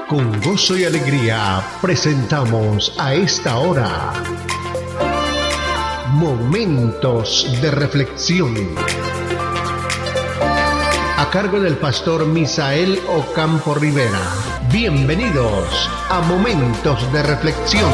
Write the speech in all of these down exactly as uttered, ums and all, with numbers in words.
Con gozo y alegría presentamos a esta hora Momentos de Reflexión, a cargo del pastor Misael Ocampo Rivera. Bienvenidos a Momentos de Reflexión.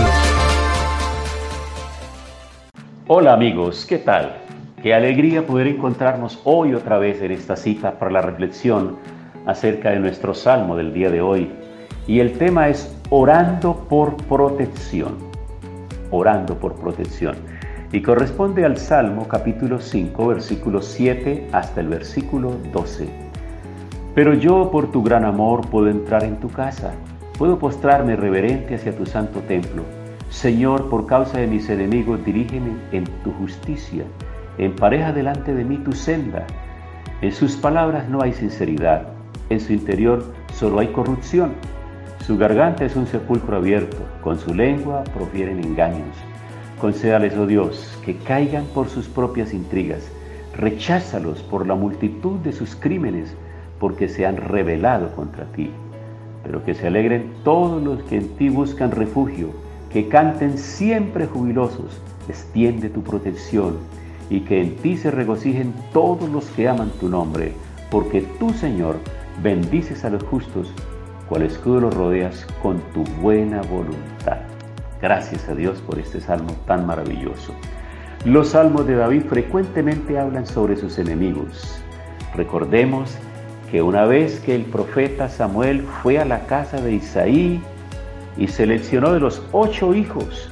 Hola amigos, ¿qué tal? Qué alegría poder encontrarnos hoy otra vez en esta cita para la reflexión acerca de nuestro salmo del día de hoy. Y el tema es orando por protección, orando por protección. Y corresponde al Salmo capítulo cinco, versículo siete hasta el versículo doce. Pero yo por tu gran amor puedo entrar en tu casa, puedo postrarme reverente hacia tu santo templo. Señor, por causa de mis enemigos, dirígeme en tu justicia, empareja delante de mí tu senda. En sus palabras no hay sinceridad, en su interior solo hay corrupción. Su garganta es un sepulcro abierto, con su lengua profieren engaños. Concédales, oh Dios, que caigan por sus propias intrigas, recházalos por la multitud de sus crímenes, porque se han rebelado contra ti. Pero que se alegren todos los que en ti buscan refugio, que canten siempre jubilosos, extiende tu protección, y que en ti se regocijen todos los que aman tu nombre, porque tú, Señor, bendices a los justos, cual escudo los rodeas con tu buena voluntad. Gracias a Dios por este salmo tan maravilloso. Los salmos de David frecuentemente hablan sobre sus enemigos. Recordemos que una vez que el profeta Samuel fue a la casa de Isaí y seleccionó de los ocho hijos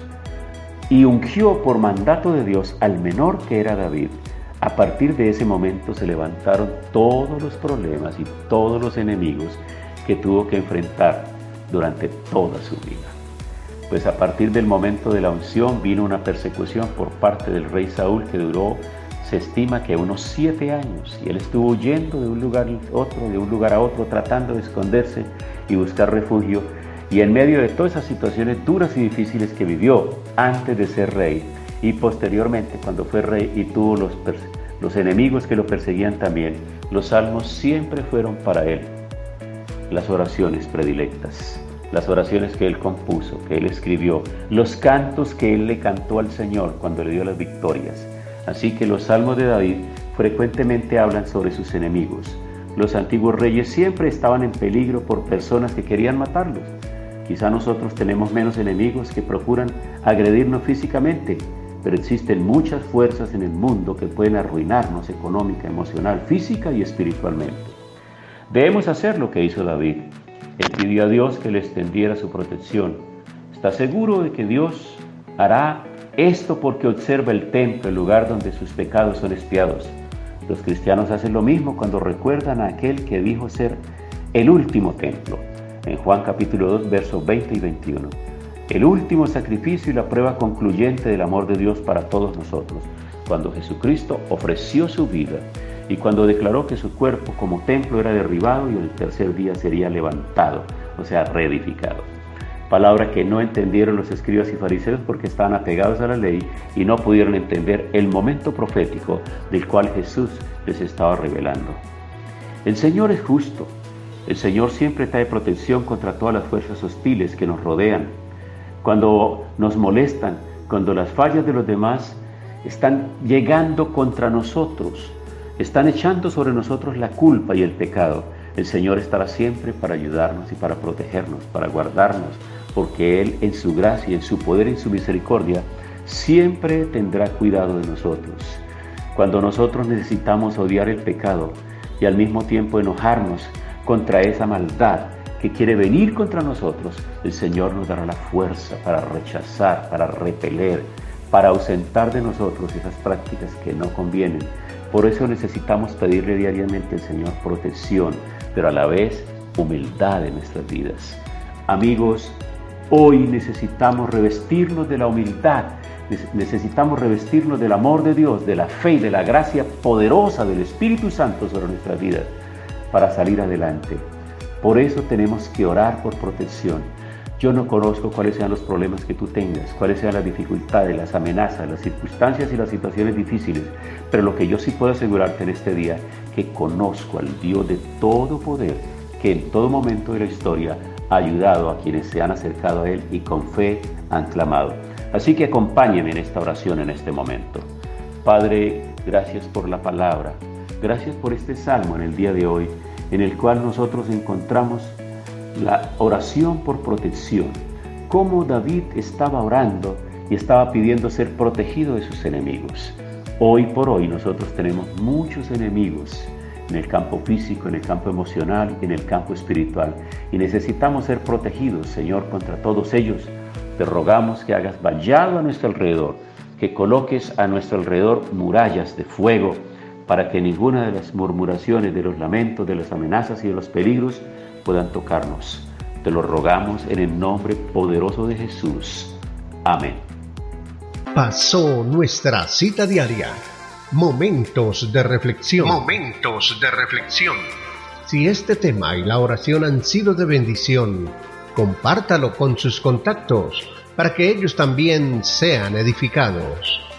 y ungió por mandato de Dios al menor, que era David, a partir de ese momento se levantaron todos los problemas y todos los enemigos que tuvo que enfrentar durante toda su vida. Pues a partir del momento de la unción vino una persecución por parte del rey Saúl que duró, se estima que unos siete años, y él estuvo huyendo de un lugar a otro, de un lugar a otro, tratando de esconderse y buscar refugio, y en medio de todas esas situaciones duras y difíciles que vivió antes de ser rey, y posteriormente cuando fue rey y tuvo los, los enemigos que lo perseguían también, los salmos siempre fueron para él las oraciones predilectas, las oraciones que él compuso, que él escribió, los cantos que él le cantó al Señor cuando le dio las victorias. Así que los salmos de David frecuentemente hablan sobre sus enemigos. Los antiguos reyes siempre estaban en peligro por personas que querían matarlos. Quizá nosotros tenemos menos enemigos que procuran agredirnos físicamente, pero existen muchas fuerzas en el mundo que pueden arruinarnos económica, emocional, física y espiritualmente. Debemos hacer lo que hizo David. Él pidió a Dios que le extendiera su protección. Está seguro de que Dios hará esto porque observa el templo, el lugar donde sus pecados son expiados. Los cristianos hacen lo mismo cuando recuerdan a aquel que dijo ser el último templo. En Juan capítulo dos, versos veinte y veintiuno. El último sacrificio y la prueba concluyente del amor de Dios para todos nosotros, cuando Jesucristo ofreció su vida y cuando declaró que su cuerpo como templo era derribado y el tercer día sería levantado, o sea, reedificado. Palabra que no entendieron los escribas y fariseos porque estaban apegados a la ley y no pudieron entender el momento profético del cual Jesús les estaba revelando. El Señor es justo. El Señor siempre trae protección contra todas las fuerzas hostiles que nos rodean. Cuando nos molestan, cuando las fallas de los demás están llegando contra nosotros, están echando sobre nosotros la culpa y el pecado, el Señor estará siempre para ayudarnos y para protegernos, para guardarnos, porque Él en su gracia, en su poder, en su misericordia, siempre tendrá cuidado de nosotros. Cuando nosotros necesitamos odiar el pecado y al mismo tiempo enojarnos contra esa maldad que quiere venir contra nosotros, el Señor nos dará la fuerza para rechazar, para repeler, para ausentar de nosotros esas prácticas que no convienen. Por eso necesitamos pedirle diariamente al Señor protección, pero a la vez humildad en nuestras vidas. Amigos, hoy necesitamos revestirnos de la humildad, necesitamos revestirnos del amor de Dios, de la fe y de la gracia poderosa del Espíritu Santo sobre nuestras vidas para salir adelante. Por eso tenemos que orar por protección. Yo no conozco cuáles sean los problemas que tú tengas, cuáles sean las dificultades, las amenazas, las circunstancias y las situaciones difíciles, pero lo que yo sí puedo asegurarte en este día, que conozco al Dios de todo poder, que en todo momento de la historia ayudado a quienes se han acercado a Él y con fe han clamado. Así que acompáñenme en esta oración en este momento. Padre, gracias por la palabra. Gracias por este salmo en el día de hoy, en el cual nosotros encontramos la oración por protección. Cómo David estaba orando y estaba pidiendo ser protegido de sus enemigos. Hoy por hoy nosotros tenemos muchos enemigos en el campo físico, en el campo emocional, en el campo espiritual. Y necesitamos ser protegidos, Señor, contra todos ellos. Te rogamos que hagas vallado a nuestro alrededor, que coloques a nuestro alrededor murallas de fuego, para que ninguna de las murmuraciones, de los lamentos, de las amenazas y de los peligros puedan tocarnos. Te lo rogamos en el nombre poderoso de Jesús. Amén. Pasó nuestra cita diaria. Momentos de reflexión. Momentos de reflexión. Si este tema y la oración han sido de bendición, compártalo con sus contactos para que ellos también sean edificados.